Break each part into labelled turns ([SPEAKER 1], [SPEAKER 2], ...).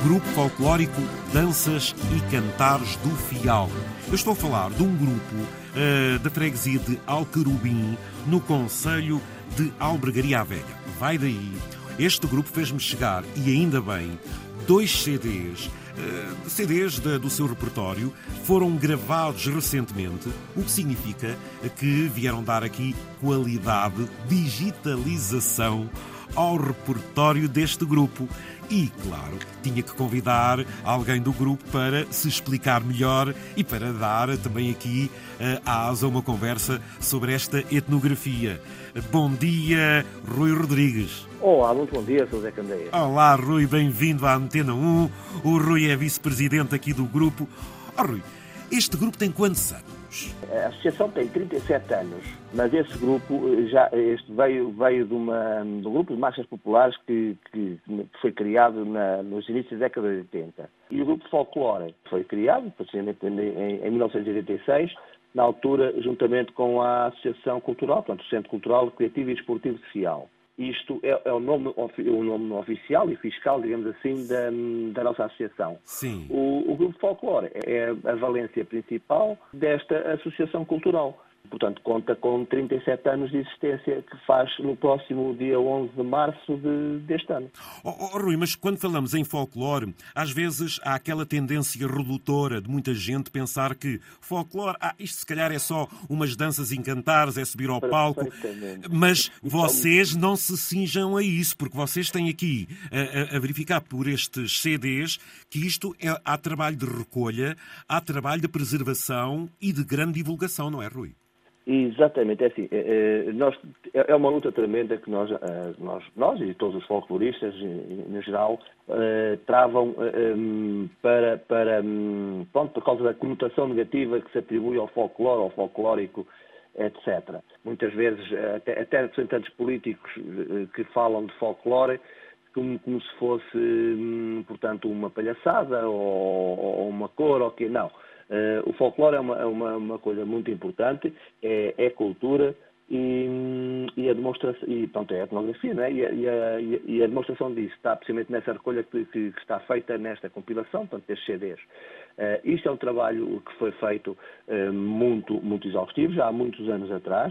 [SPEAKER 1] Grupo Folclórico Danças e Cantares do Fial. Eu estou a falar de um grupo da freguesia de Alcarubim, no concelho de Albergaria à Velha. Vai daí, este grupo fez-me chegar, e ainda bem, 2 CDs do seu repertório, foram gravados recentemente, o que significa que vieram dar aqui qualidade, digitalização ao repertório deste grupo. E, claro, tinha que convidar alguém do grupo para se explicar melhor e para dar também aqui asa a uma conversa sobre esta etnografia. Bom dia, Rui Rodrigues.
[SPEAKER 2] Olá, muito bom dia, Sr. Zé Candeia.
[SPEAKER 1] Olá, Rui, bem-vindo à Antena 1. O Rui é vice-presidente aqui do grupo. Rui, este grupo tem quantos anos?
[SPEAKER 2] A associação tem 37 anos, mas esse grupo veio de um grupo de marchas populares que foi criado nos inícios da década de 80. E o grupo Folclore foi criado, precisamente em 1986, na altura, juntamente com a Associação Cultural, portanto, o Centro Cultural, Criativo e Esportivo de Fial. Isto é o nome oficial e fiscal, digamos assim, da nossa associação.
[SPEAKER 1] Sim.
[SPEAKER 2] O Grupo Folclore é a valência principal desta associação cultural. Portanto, conta com 37 anos de existência, que faz no próximo dia 11 de março deste ano.
[SPEAKER 1] Rui, mas quando falamos em folclore, às vezes há aquela tendência redutora de muita gente pensar que folclore, isto se calhar é só umas danças e cantares, é subir ao palco, mas vocês não se cinjam a isso, porque vocês têm aqui a verificar por estes CDs que isto há trabalho de recolha, há trabalho de preservação e de grande divulgação, não é, Rui?
[SPEAKER 2] Exatamente, é assim, é uma luta tremenda que nós e todos os folcloristas, no geral, travam por causa da conotação negativa que se atribui ao folclore, ao folclórico, etc. Muitas vezes, até representantes políticos que falam de folclore como se fosse, portanto, uma palhaçada ou uma cor, ou que não. O folclore é uma coisa muito importante, é cultura e a demonstração, e pronto, é a etnografia, não é? E a demonstração disso está precisamente nessa recolha que está feita nesta compilação, portanto, destes CDs. Isto é um trabalho que foi feito muito, muito exaustivo, já há muitos anos atrás.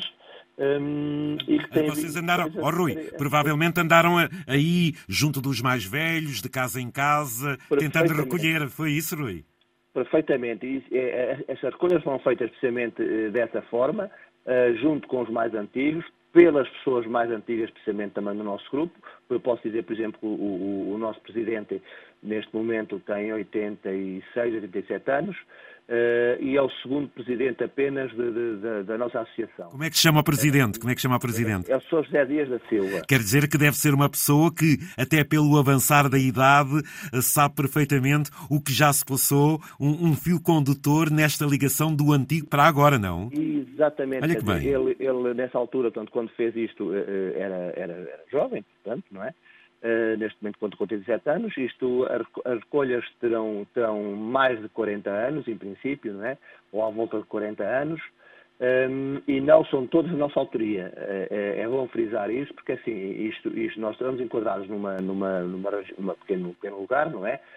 [SPEAKER 2] E que tem
[SPEAKER 1] vocês andaram, Rui, provavelmente andaram aí junto dos mais velhos, de casa em casa, tentando recolher, foi isso, Rui?
[SPEAKER 2] Perfeitamente. Essas recolhas foram feitas precisamente dessa forma, junto com os mais antigos, pelas pessoas mais antigas, precisamente também no nosso grupo. Eu posso dizer, por exemplo, que o nosso presidente, neste momento, tem 86, 87 anos, e é o segundo presidente apenas da nossa associação.
[SPEAKER 1] Como é que se chama o presidente?
[SPEAKER 2] É o Sr. José Dias da Silva.
[SPEAKER 1] Quer dizer que deve ser uma pessoa que, até pelo avançar da idade, sabe perfeitamente o que já se passou, um fio condutor nesta ligação do antigo para agora, não?
[SPEAKER 2] Exatamente.
[SPEAKER 1] Olha que bem.
[SPEAKER 2] Ele nessa altura, portanto, quando fez isto, era jovem, portanto, não é? Neste momento conta com 37 anos, as recolhas terão mais de 40 anos, em princípio, não é? Ou à volta de 40 anos, e não são todas da nossa autoria. É bom frisar isso, porque assim, isto nós estamos enquadrados num pequeno lugar, não é?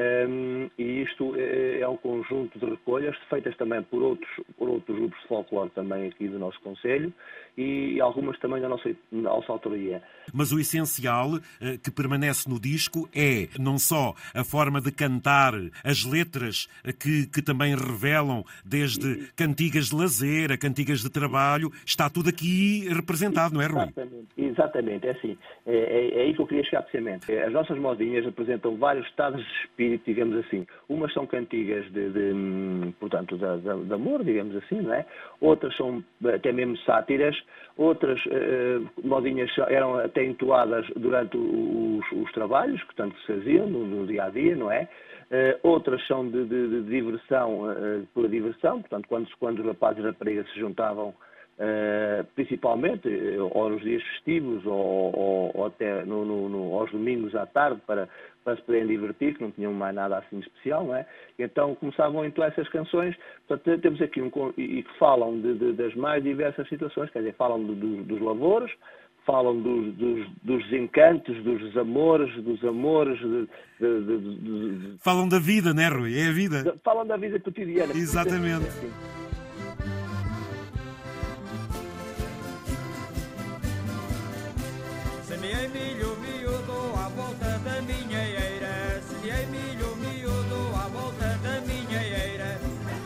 [SPEAKER 2] E isto é um conjunto de recolhas feitas também por outros grupos de folclore também aqui do nosso concelho e algumas também da nossa autoria.
[SPEAKER 1] Mas o essencial que permanece no disco é não só a forma de cantar, as letras que também revelam desde cantigas de lazer a cantigas de trabalho, está tudo aqui representado, não é, Rui?
[SPEAKER 2] Exatamente, é assim. É aí que eu queria chegar precisamente. As nossas modinhas representam vários estados de espírito, digamos assim. Umas são cantigas portanto, de amor, digamos assim, não é? Outras são até mesmo sátiras, outras modinhas eram até entoadas durante os trabalhos, que tanto se faziam no dia-a-dia, não é? Outras são de diversão, pura diversão, portanto, quando os rapazes e raparigas se juntavam, principalmente ou nos dias festivos ou até aos domingos à tarde para se poderem divertir, que não tinham mais nada assim especial, não é? Então começavam a entoar essas canções. Portanto, temos aqui e que falam das mais diversas situações, quer dizer, falam dos lavouros, falam dos encantos, dos desamores,
[SPEAKER 1] Falam da vida, né, Rui? É a vida.
[SPEAKER 2] falam da vida cotidiana.
[SPEAKER 1] Exatamente.
[SPEAKER 3] Semeei milho miúdo à volta da minha eira. Semeei milho miúdo à volta da minha eira.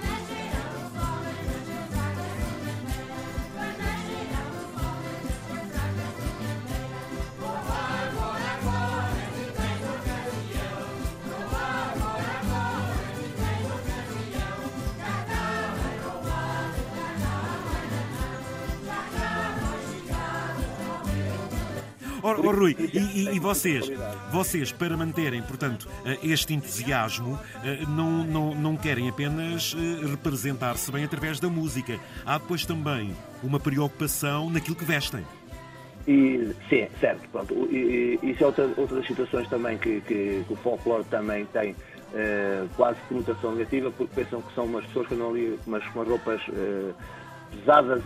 [SPEAKER 1] Rui, e vocês, para manterem, portanto, este entusiasmo, não querem apenas representar-se bem através da música. Há depois também uma preocupação naquilo que vestem.
[SPEAKER 2] Sim, certo. Pronto. Isso é outra das situações também que o folclore também tem quase conotação negativa, porque pensam que são umas pessoas que andam ali com umas roupas pesadas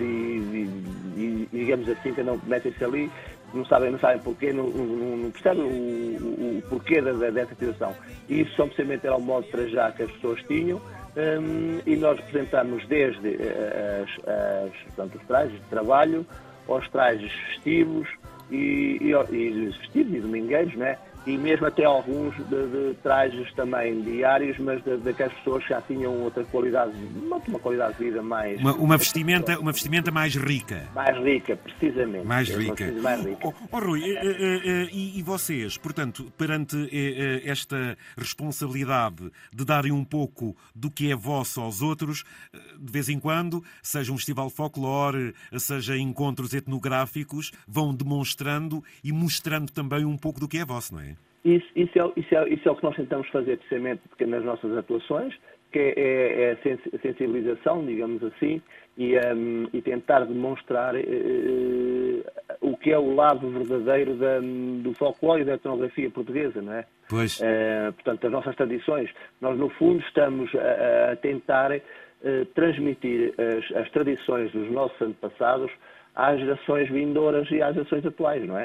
[SPEAKER 2] e digamos assim, que não metem-se ali, não sabem porquê, não percebem o porquê dessa situação. E isso só precisamente era o modo de trajar que as pessoas tinham, e nós representamos desde portanto, os trajes de trabalho aos trajes festivos e festivos e domingueiros, né? E mesmo até alguns de trajes também diários, mas daquelas pessoas que já tinham outra qualidade, uma qualidade de vida mais...
[SPEAKER 1] Uma vestimenta mais rica.
[SPEAKER 2] Mais rica, precisamente.
[SPEAKER 1] Mais rica.
[SPEAKER 2] Mais rica.
[SPEAKER 1] Rui, e vocês, portanto, perante esta responsabilidade de darem um pouco do que é vosso aos outros, de vez em quando, seja um festival de folclore, seja encontros etnográficos, vão demonstrando e mostrando também um pouco do que é vosso, não é?
[SPEAKER 2] Isso é o que nós tentamos fazer precisamente nas nossas atuações, que é a sensibilização, digamos assim, e tentar demonstrar o que é o lado verdadeiro do folclore e da etnografia portuguesa, não é?
[SPEAKER 1] Pois.
[SPEAKER 2] Portanto, as nossas tradições. Nós, no fundo, estamos a tentar transmitir as tradições dos nossos antepassados às gerações vindouras e às gerações atuais, não é?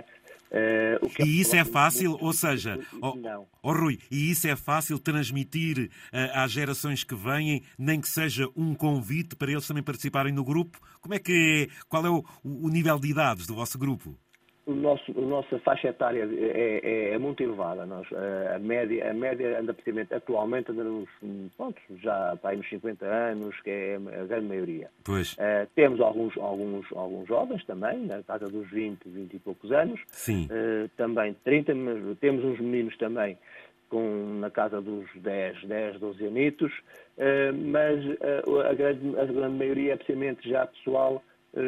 [SPEAKER 1] E isso é fácil, ou seja, Rui, e isso é fácil transmitir às gerações que vêm, nem que seja um convite para eles também participarem no grupo? Qual é o nível de idades do vosso grupo?
[SPEAKER 2] A nossa faixa etária é muito elevada. A média anda precisamente atualmente nos já para aí nos 50 anos, que é a grande maioria.
[SPEAKER 1] Pois.
[SPEAKER 2] Temos alguns jovens também, na casa dos 20 e poucos anos.
[SPEAKER 1] Sim.
[SPEAKER 2] Também 30, mas temos uns meninos também na casa dos 10, 12 anitos, mas a grande maioria é precisamente já pessoal,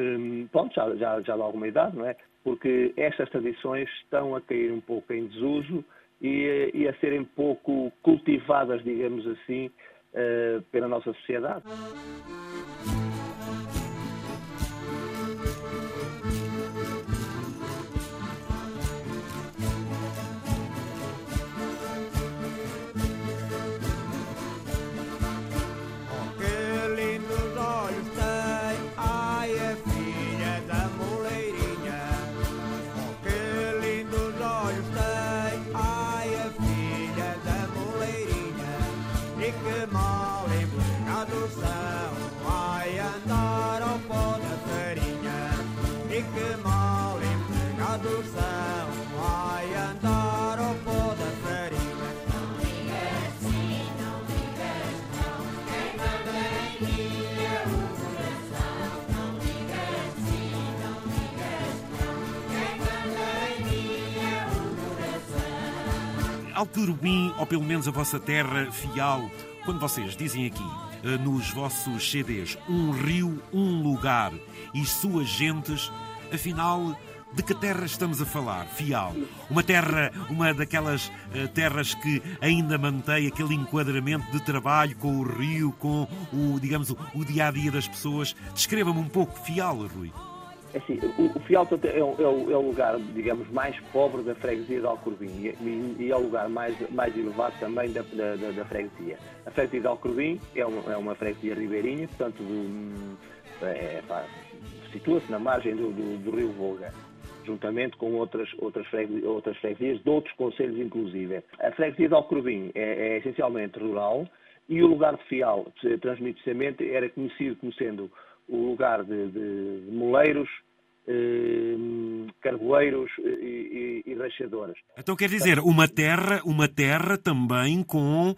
[SPEAKER 2] já de alguma idade, não é? Porque estas tradições estão a cair um pouco em desuso e a serem pouco cultivadas, digamos assim, pela nossa sociedade.
[SPEAKER 1] Alturbim, ou pelo menos a vossa terra, Fial, quando vocês dizem aqui nos vossos CDs um rio, um lugar e suas gentes, afinal, de que terra estamos a falar, Fial? Uma daquelas terras que ainda mantém aquele enquadramento de trabalho com o rio, com o dia-a-dia das pessoas. Descreva-me um pouco, Fial, Rui.
[SPEAKER 2] Assim, o Fial é o lugar, digamos, mais pobre da freguesia de Alcorbim e é o lugar mais elevado também da freguesia. A freguesia de Alcorbim é uma freguesia ribeirinha, portanto, situa-se na margem do rio Volga, juntamente com outras freguesias de outros concelhos, inclusive. A freguesia de Alcorvim é essencialmente rural e o lugar de Fial, transmissivamente, era conhecido como sendo o lugar de moleiros, carvoeiros e rachadores.
[SPEAKER 1] Então quer dizer, uma terra também com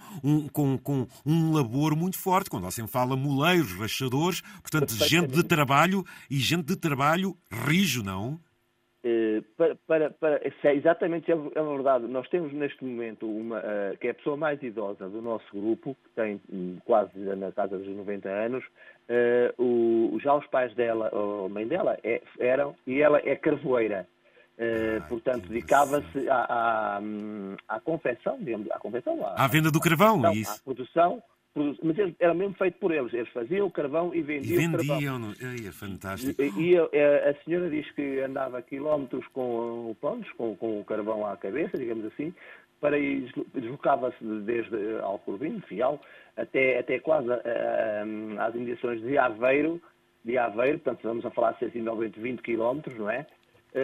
[SPEAKER 1] um labor muito forte, quando você fala moleiros, rachadores, portanto, gente de trabalho rijo, não?
[SPEAKER 2] Exatamente, é verdade. Nós temos neste momento que é a pessoa mais idosa do nosso grupo, que tem quase na casa dos 90 anos. Já os pais dela, ou a mãe dela, e ela é carvoeira. Portanto, dedicava-se à confecção, digamos,
[SPEAKER 1] à venda do carvão,
[SPEAKER 2] à produção. Mas era mesmo feito por eles. Eles faziam o carvão e vendiam o carvão.
[SPEAKER 1] É fantástico.
[SPEAKER 2] E a senhora diz que andava quilómetros com o carvão à cabeça, digamos assim, para ir, deslocava-se desde Alcorvim, Fial, até quase às imediações de Aveiro, portanto vamos a falar de 20 quilómetros, não é?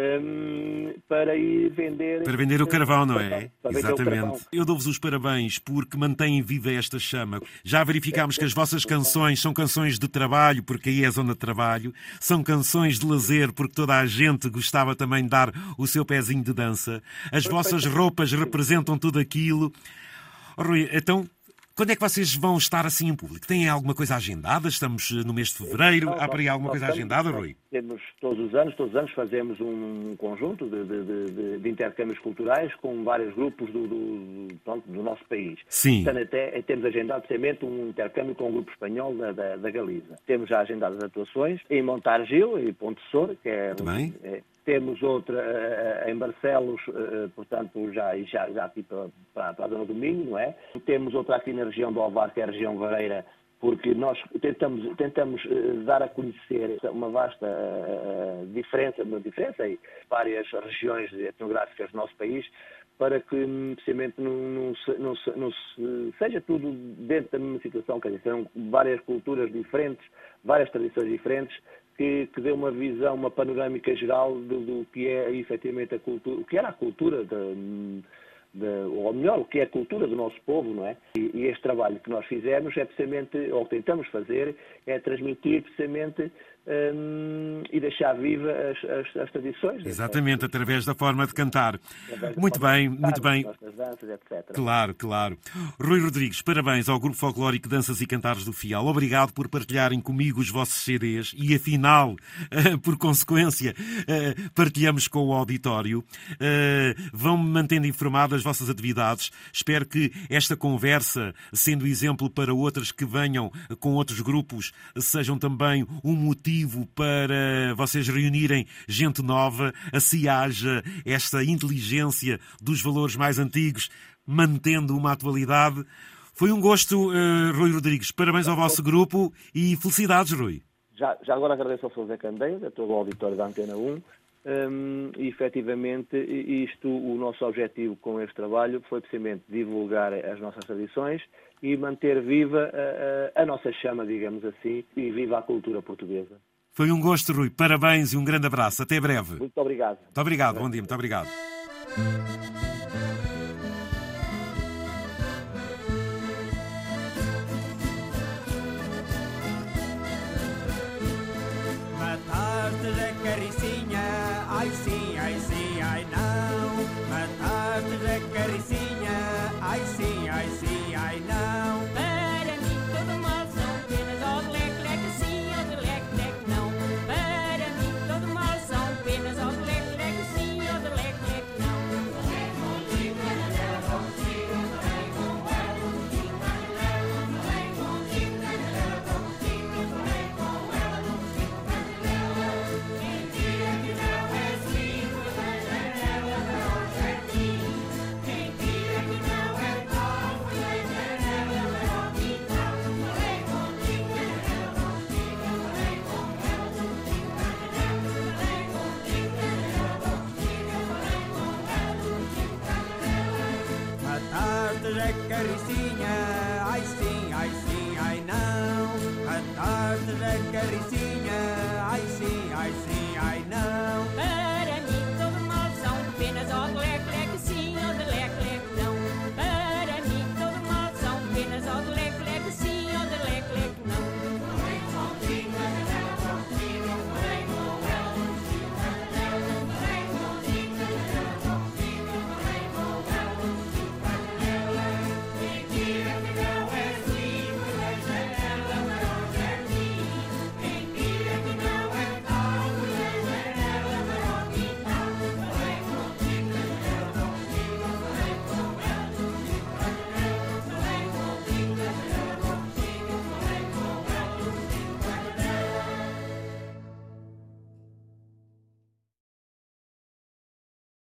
[SPEAKER 2] Para ir vender...
[SPEAKER 1] Para vender o carvão, não é? Exatamente. Eu dou-vos os parabéns porque mantêm viva esta chama. Já verificámos que as vossas canções são canções de trabalho, porque aí é a zona de trabalho. São canções de lazer, porque toda a gente gostava também de dar o seu pezinho de dança. As vossas roupas representam tudo aquilo. Rui, então... Quando é que vocês vão estar assim em público? Têm alguma coisa agendada? Estamos no mês de fevereiro. Há para aí alguma coisa agendada, Rui?
[SPEAKER 2] Temos todos os anos fazemos um conjunto de intercâmbios culturais com vários grupos do nosso país.
[SPEAKER 1] Sim.
[SPEAKER 2] Portanto, até temos agendado precisamente um intercâmbio com o grupo espanhol da Galiza. Temos já agendadas atuações em Montargil e Ponte Sor, que é...
[SPEAKER 1] Também?
[SPEAKER 2] Temos outra em Barcelos, portanto, já aqui para a zona do Minho, não é? Temos outra aqui na região do Alvar, que é a região Vareira, porque nós tentamos dar a conhecer uma vasta diferença em várias regiões etnográficas do nosso país, para que, precisamente, não seja tudo dentro da mesma situação, quer dizer, serão várias culturas diferentes, várias tradições diferentes, que dê uma visão, uma panorâmica geral do que é efetivamente a cultura, o que era a cultura, ou melhor, o que é a cultura do nosso povo, não é? E este trabalho que nós fizemos é precisamente, ou tentamos fazer, é transmitir precisamente e deixar viva as tradições.
[SPEAKER 1] Exatamente, através da forma de cantar. Muito bem.
[SPEAKER 2] Nossas danças, etc.
[SPEAKER 1] Claro. Rui Rodrigues, parabéns ao Grupo Folclórico Danças e Cantares do Fial. Obrigado por partilharem comigo os vossos CDs e, afinal, por consequência, partilhamos com o auditório. Vão-me mantendo informado das vossas atividades. Espero que esta conversa, sendo exemplo para outras que venham com outros grupos, sejam também um motivo para vocês reunirem gente nova, assim haja esta inteligência dos valores mais antigos, mantendo uma atualidade. Foi um gosto, Rui Rodrigues. Parabéns ao vosso grupo e felicidades, Rui.
[SPEAKER 2] Já agora agradeço ao Sr. Zé Candeia, a todo o auditório da Antena 1. E, efetivamente, o nosso objetivo com este trabalho foi precisamente divulgar as nossas tradições e manter viva a nossa chama, digamos assim, e viva a cultura portuguesa.
[SPEAKER 1] Foi um gosto, Rui. Parabéns e um grande abraço. Até breve.
[SPEAKER 2] Muito obrigado.
[SPEAKER 1] Muito obrigado. Bom dia. Muito obrigado.
[SPEAKER 3] Mataste a caricinha, ai sim, ai não. Mataste a caricinha, ai sim, ai não.
[SPEAKER 4] Para mim todo mal são penas, ó de leque, leque sim, ó de leque, leque não. Para mim todo mal são penas, ó de leque, leque sim, ó de leque, leque não. Falei contigo, canela, contigo, falei com ela, contigo, canela. Falei contigo, canela, contigo, falei com ela, contigo, canela. Mentira que não é assim, foi da janela para o jardim. Mentira que não é tal, foi da janela para o quintal. Falei contigo, canela, contigo, falei com ela, contigo, canela. Falei contigo, canela, contigo, falei com ela, contigo, canela.
[SPEAKER 3] Mataste a caricinha.